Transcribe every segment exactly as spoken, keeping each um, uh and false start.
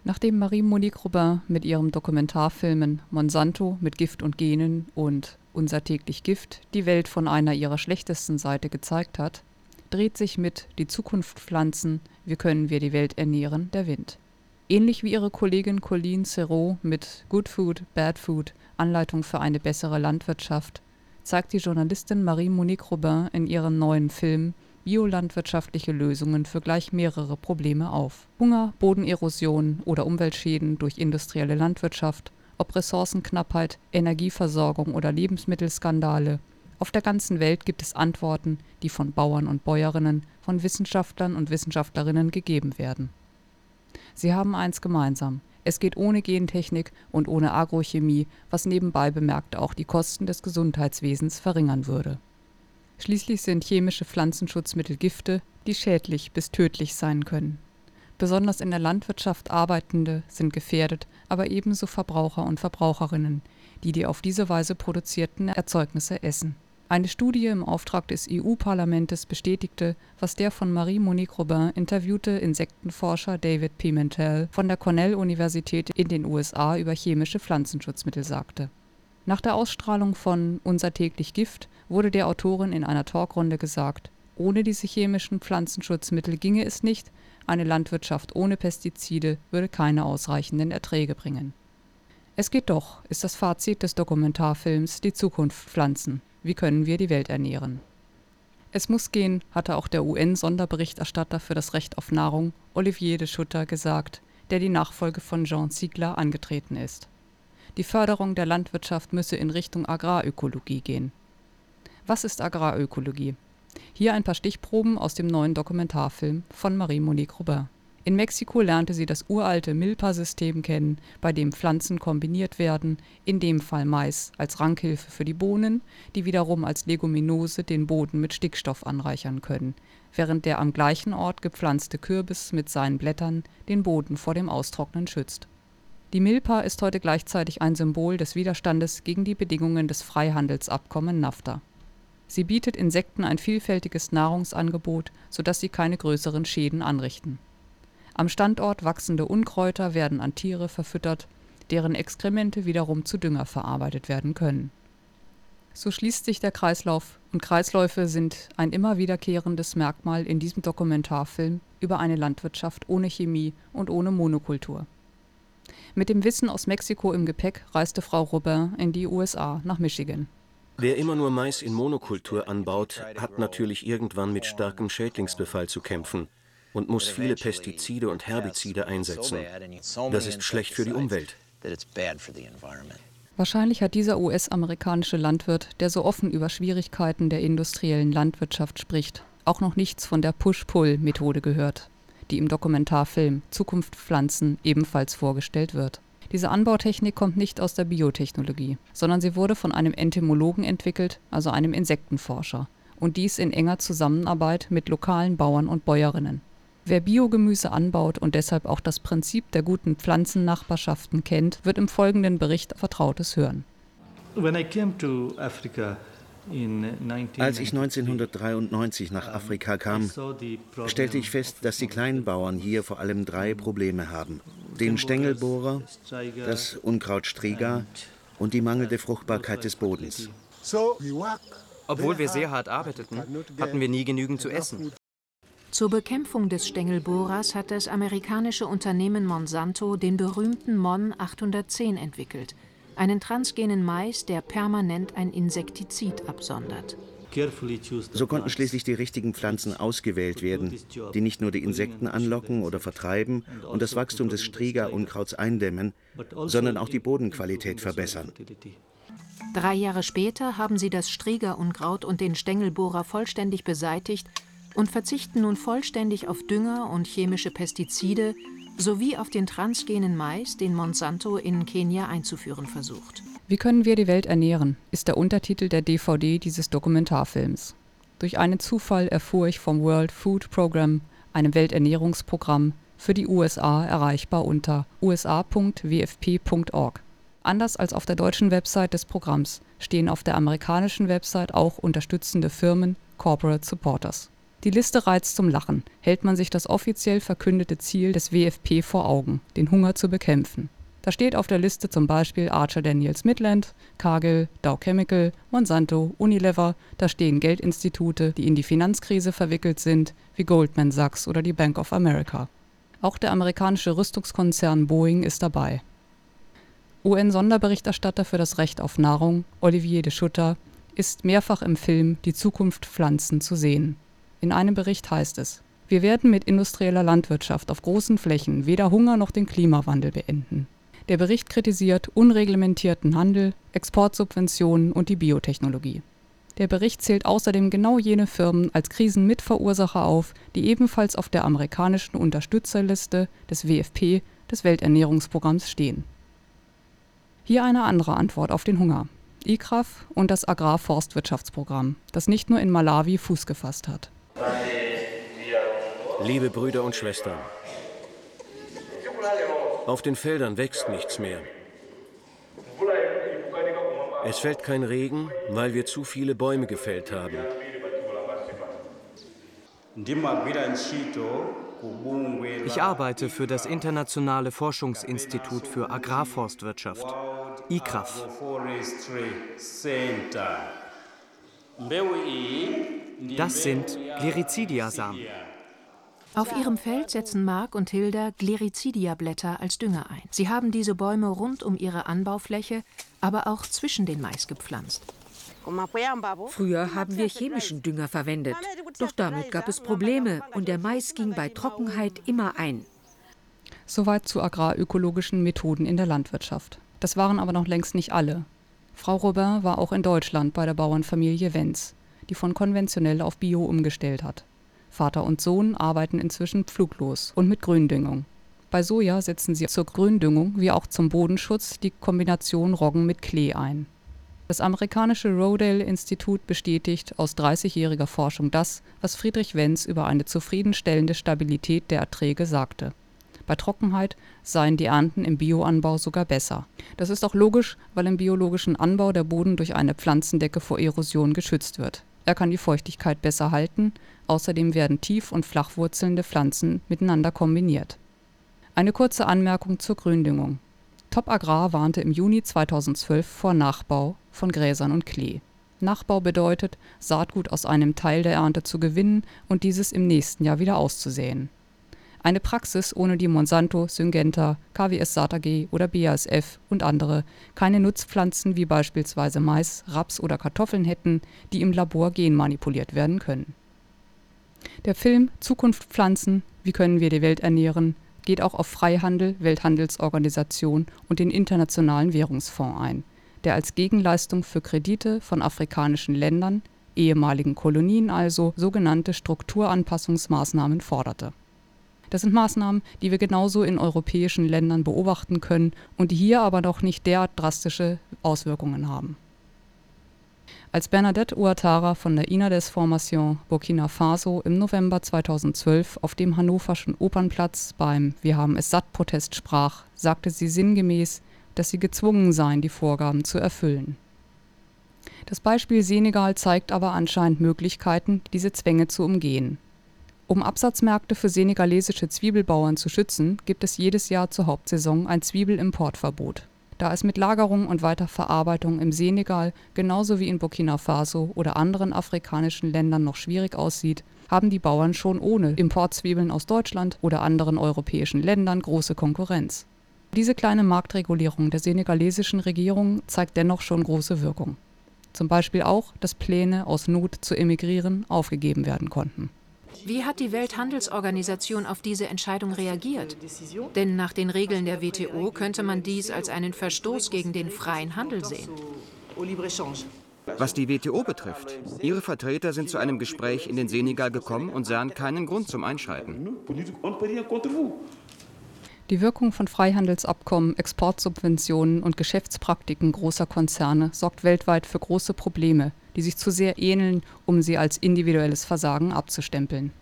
Nachdem Marie-Monique Robin mit ihren Dokumentarfilmen Monsanto mit Gift und Genen und Unser täglich Gift die Welt von einer ihrer schlechtesten Seite gezeigt hat, dreht sich mit Die Zukunft pflanzen, wie können wir die Welt ernähren, der Wind. Ähnlich wie ihre Kollegin Colleen Serrault mit Good Food, Bad Food, Anleitung für eine bessere Landwirtschaft, zeigt die Journalistin Marie-Monique Robin in ihrem neuen Film biolandwirtschaftliche Lösungen für gleich mehrere Probleme auf. Hunger, Bodenerosion oder Umweltschäden durch industrielle Landwirtschaft, ob Ressourcenknappheit, Energieversorgung oder Lebensmittelskandale. Auf der ganzen Welt gibt es Antworten, die von Bauern und Bäuerinnen, von Wissenschaftlern und Wissenschaftlerinnen gegeben werden. Sie haben eins gemeinsam: Es geht ohne Gentechnik und ohne Agrochemie, was nebenbei bemerkt auch die Kosten des Gesundheitswesens verringern würde. Schließlich sind chemische Pflanzenschutzmittel Gifte, die schädlich bis tödlich sein können. Besonders in der Landwirtschaft Arbeitende sind gefährdet, aber ebenso Verbraucher und Verbraucherinnen, die die auf diese Weise produzierten Erzeugnisse essen. Eine Studie im Auftrag des E U-Parlaments bestätigte, was der von Marie-Monique Robin interviewte Insektenforscher David Pimentel von der Cornell-Universität in den U S A über chemische Pflanzenschutzmittel sagte. Nach der Ausstrahlung von Unser täglich Gift wurde der Autorin in einer Talkrunde gesagt, ohne diese chemischen Pflanzenschutzmittel ginge es nicht, eine Landwirtschaft ohne Pestizide würde keine ausreichenden Erträge bringen. Es geht doch, ist das Fazit des Dokumentarfilms Die Zukunft pflanzen. Wie können wir die Welt ernähren? Es muss gehen, hatte auch der U N-Sonderberichterstatter für das Recht auf Nahrung, Olivier de Schutter, gesagt, der die Nachfolge von Jean Ziegler angetreten ist. Die Förderung der Landwirtschaft müsse in Richtung Agrarökologie gehen. Was ist Agrarökologie? Hier ein paar Stichproben aus dem neuen Dokumentarfilm von Marie-Monique Robin. In Mexiko lernte sie das uralte Milpa-System kennen, bei dem Pflanzen kombiniert werden, in dem Fall Mais als Rankhilfe für die Bohnen, die wiederum als Leguminose den Boden mit Stickstoff anreichern können, während der am gleichen Ort gepflanzte Kürbis mit seinen Blättern den Boden vor dem Austrocknen schützt. Die Milpa ist heute gleichzeitig ein Symbol des Widerstandes gegen die Bedingungen des Freihandelsabkommen NAFTA. Sie bietet Insekten ein vielfältiges Nahrungsangebot, sodass sie keine größeren Schäden anrichten. Am Standort wachsende Unkräuter werden an Tiere verfüttert, deren Exkremente wiederum zu Dünger verarbeitet werden können. So schließt sich der Kreislauf, und Kreisläufe sind ein immer wiederkehrendes Merkmal in diesem Dokumentarfilm über eine Landwirtschaft ohne Chemie und ohne Monokultur. Mit dem Wissen aus Mexiko im Gepäck reiste Frau Robin in die U S A nach Michigan. Wer immer nur Mais in Monokultur anbaut, hat natürlich irgendwann mit starkem Schädlingsbefall zu kämpfen und muss viele Pestizide und Herbizide einsetzen. Das ist schlecht für die Umwelt. Wahrscheinlich hat dieser U S-amerikanische Landwirt, der so offen über Schwierigkeiten der industriellen Landwirtschaft spricht, auch noch nichts von der Push-Pull-Methode gehört, die im Dokumentarfilm Zukunft pflanzen ebenfalls vorgestellt wird. Diese Anbautechnik kommt nicht aus der Biotechnologie, sondern sie wurde von einem Entomologen entwickelt, also einem Insektenforscher, und dies in enger Zusammenarbeit mit lokalen Bauern und Bäuerinnen. Wer Biogemüse anbaut und deshalb auch das Prinzip der guten Pflanzennachbarschaften kennt, wird im folgenden Bericht Vertrautes hören. Als ich neunzehnhundertdreiundneunzig nach Afrika kam, stellte ich fest, dass die Kleinbauern hier vor allem drei Probleme haben: den Stängelbohrer, das Unkraut Striga und die mangelnde Fruchtbarkeit des Bodens. Obwohl wir sehr hart arbeiteten, hatten wir nie genügend zu essen. Zur Bekämpfung des Stängelbohrers hat das amerikanische Unternehmen Monsanto den berühmten Mon achthundertzehn entwickelt, einen transgenen Mais, der permanent ein Insektizid absondert. So konnten schließlich die richtigen Pflanzen ausgewählt werden, die nicht nur die Insekten anlocken oder vertreiben und das Wachstum des Striga-Unkrauts eindämmen, sondern auch die Bodenqualität verbessern. Drei Jahre später haben sie das Striga-Unkraut und den Stängelbohrer vollständig beseitigt und verzichten nun vollständig auf Dünger und chemische Pestizide sowie auf den transgenen Mais, den Monsanto in Kenia einzuführen versucht. Wie können wir die Welt ernähren, ist der Untertitel der D V D dieses Dokumentarfilms. Durch einen Zufall erfuhr ich vom World Food Program, einem Welternährungsprogramm, für die U S A erreichbar unter u s a punkt w f p punkt org. Anders als auf der deutschen Website des Programms stehen auf der amerikanischen Website auch unterstützende Firmen, Corporate Supporters. Die Liste reizt zum Lachen, hält man sich das offiziell verkündete Ziel des W F P vor Augen, den Hunger zu bekämpfen. Da steht auf der Liste zum Beispiel Archer Daniels Midland, Cargill, Dow Chemical, Monsanto, Unilever, da stehen Geldinstitute, die in die Finanzkrise verwickelt sind, wie Goldman Sachs oder die Bank of America. Auch der amerikanische Rüstungskonzern Boeing ist dabei. U N-Sonderberichterstatter für das Recht auf Nahrung, Olivier de Schutter, ist mehrfach im Film Die Zukunft Pflanzen zu sehen. In einem Bericht heißt es: Wir werden mit industrieller Landwirtschaft auf großen Flächen weder Hunger noch den Klimawandel beenden. Der Bericht kritisiert unreglementierten Handel, Exportsubventionen und die Biotechnologie. Der Bericht zählt außerdem genau jene Firmen als Krisenmitverursacher auf, die ebenfalls auf der amerikanischen Unterstützerliste des W F P, des Welternährungsprogramms, stehen. Hier eine andere Antwort auf den Hunger: I C R A F und das Agrarforstwirtschaftsprogramm, das nicht nur in Malawi Fuß gefasst hat. Liebe Brüder und Schwestern, auf den Feldern wächst nichts mehr. Es fällt kein Regen, weil wir zu viele Bäume gefällt haben. Ich arbeite für das Internationale Forschungsinstitut für Agrarforstwirtschaft, I C R A F. Das sind Gliricidia-Samen. Auf ihrem Feld setzen Mark und Hilda Gliricidia-Blätter als Dünger ein. Sie haben diese Bäume rund um ihre Anbaufläche, aber auch zwischen den Mais gepflanzt. Früher haben wir chemischen Dünger verwendet, doch damit gab es Probleme und der Mais ging bei Trockenheit immer ein. Soweit zu agrarökologischen Methoden in der Landwirtschaft. Das waren aber noch längst nicht alle. Frau Robin war auch in Deutschland bei der Bauernfamilie Wenz, die von konventionell auf Bio umgestellt hat. Vater und Sohn arbeiten inzwischen pfluglos und mit Gründüngung. Bei Soja setzen sie zur Gründüngung wie auch zum Bodenschutz die Kombination Roggen mit Klee ein. Das amerikanische Rodale-Institut bestätigt aus dreißigjähriger Forschung das, was Friedrich Wenz über eine zufriedenstellende Stabilität der Erträge sagte. Bei Trockenheit seien die Ernten im Bioanbau sogar besser. Das ist auch logisch, weil im biologischen Anbau der Boden durch eine Pflanzendecke vor Erosion geschützt wird. Er kann die Feuchtigkeit besser halten, außerdem werden tief- und flachwurzelnde Pflanzen miteinander kombiniert. Eine kurze Anmerkung zur Gründüngung. Top Agrar warnte im Juni zweitausendzwölf vor Nachbau von Gräsern und Klee. Nachbau bedeutet, Saatgut aus einem Teil der Ernte zu gewinnen und dieses im nächsten Jahr wieder auszusäen. Eine Praxis, ohne die Monsanto, Syngenta, K W S Sat A G oder B A S F und andere keine Nutzpflanzen wie beispielsweise Mais, Raps oder Kartoffeln hätten, die im Labor genmanipuliert werden können. Der Film Zukunft Pflanzen, wie können wir die Welt ernähren, geht auch auf Freihandel, Welthandelsorganisation und den Internationalen Währungsfonds ein, der als Gegenleistung für Kredite von afrikanischen Ländern, ehemaligen Kolonien also, sogenannte Strukturanpassungsmaßnahmen forderte. Das sind Maßnahmen, die wir genauso in europäischen Ländern beobachten können und die hier aber noch nicht derart drastische Auswirkungen haben. Als Bernadette Ouattara von der Inades Formation Burkina Faso im November zweitausendzwölf auf dem hannoverschen Opernplatz beim Wir haben es satt Protest sprach, sagte sie sinngemäß, dass sie gezwungen seien, die Vorgaben zu erfüllen. Das Beispiel Senegal zeigt aber anscheinend Möglichkeiten, diese Zwänge zu umgehen. Um Absatzmärkte für senegalesische Zwiebelbauern zu schützen, gibt es jedes Jahr zur Hauptsaison ein Zwiebelimportverbot. Da es mit Lagerung und Weiterverarbeitung im Senegal genauso wie in Burkina Faso oder anderen afrikanischen Ländern noch schwierig aussieht, haben die Bauern schon ohne Importzwiebeln aus Deutschland oder anderen europäischen Ländern große Konkurrenz. Diese kleine Marktregulierung der senegalesischen Regierung zeigt dennoch schon große Wirkung. Zum Beispiel auch, dass Pläne aus Not zu emigrieren aufgegeben werden konnten. Wie hat die Welthandelsorganisation auf diese Entscheidung reagiert? Denn nach den Regeln der W T O könnte man dies als einen Verstoß gegen den freien Handel sehen. Was die W T O betrifft, ihre Vertreter sind zu einem Gespräch in den Senegal gekommen und sahen keinen Grund zum Einschreiten. Die Wirkung von Freihandelsabkommen, Exportsubventionen und Geschäftspraktiken großer Konzerne sorgt weltweit für große Probleme, die sich zu sehr ähneln, um sie als individuelles Versagen abzustempeln.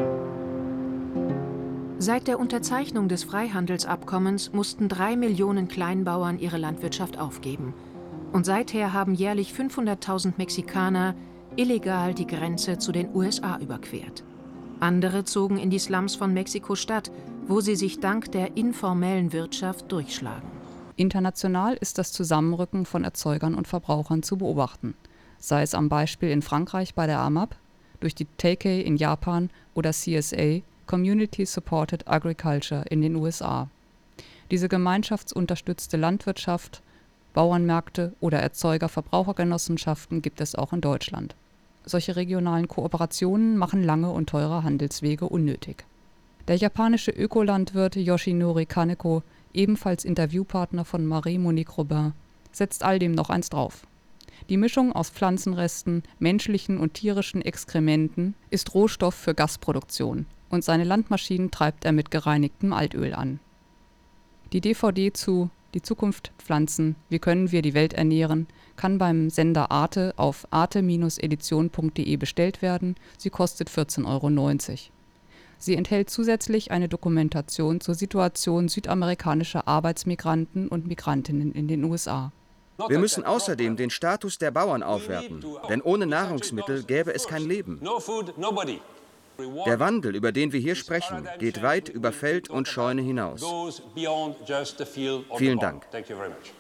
Seit der Unterzeichnung des Freihandelsabkommens mussten drei Millionen Kleinbauern ihre Landwirtschaft aufgeben. Und seither haben jährlich fünfhunderttausend Mexikaner illegal die Grenze zu den U S A überquert. Andere zogen in die Slums von Mexiko-Stadt, wo sie sich dank der informellen Wirtschaft durchschlagen. International ist das Zusammenrücken von Erzeugern und Verbrauchern zu beobachten, sei es am Beispiel in Frankreich bei der A M A P, durch die T K in Japan oder C S A, Community Supported Agriculture in den U S A. Diese gemeinschaftsunterstützte Landwirtschaft, Bauernmärkte oder Erzeuger-Verbrauchergenossenschaften gibt es auch in Deutschland. Solche regionalen Kooperationen machen lange und teure Handelswege unnötig. Der japanische Ökolandwirt Yoshinori Kaneko, ebenfalls Interviewpartner von Marie-Monique Robin, setzt all dem noch eins drauf. Die Mischung aus Pflanzenresten, menschlichen und tierischen Exkrementen ist Rohstoff für Gasproduktion und seine Landmaschinen treibt er mit gereinigtem Altöl an. Die D V D zu Die Zukunft Pflanzen, wie können wir die Welt ernähren, kann beim Sender Arte auf arte Bindestrich edition punkt de bestellt werden. Sie kostet vierzehn Euro neunzig. Sie enthält zusätzlich eine Dokumentation zur Situation südamerikanischer Arbeitsmigranten und Migrantinnen in den U S A. Wir müssen außerdem den Status der Bauern aufwerten, denn ohne Nahrungsmittel gäbe es kein Leben. Der Wandel, über den wir hier sprechen, geht weit über Feld und Scheune hinaus. Vielen Dank.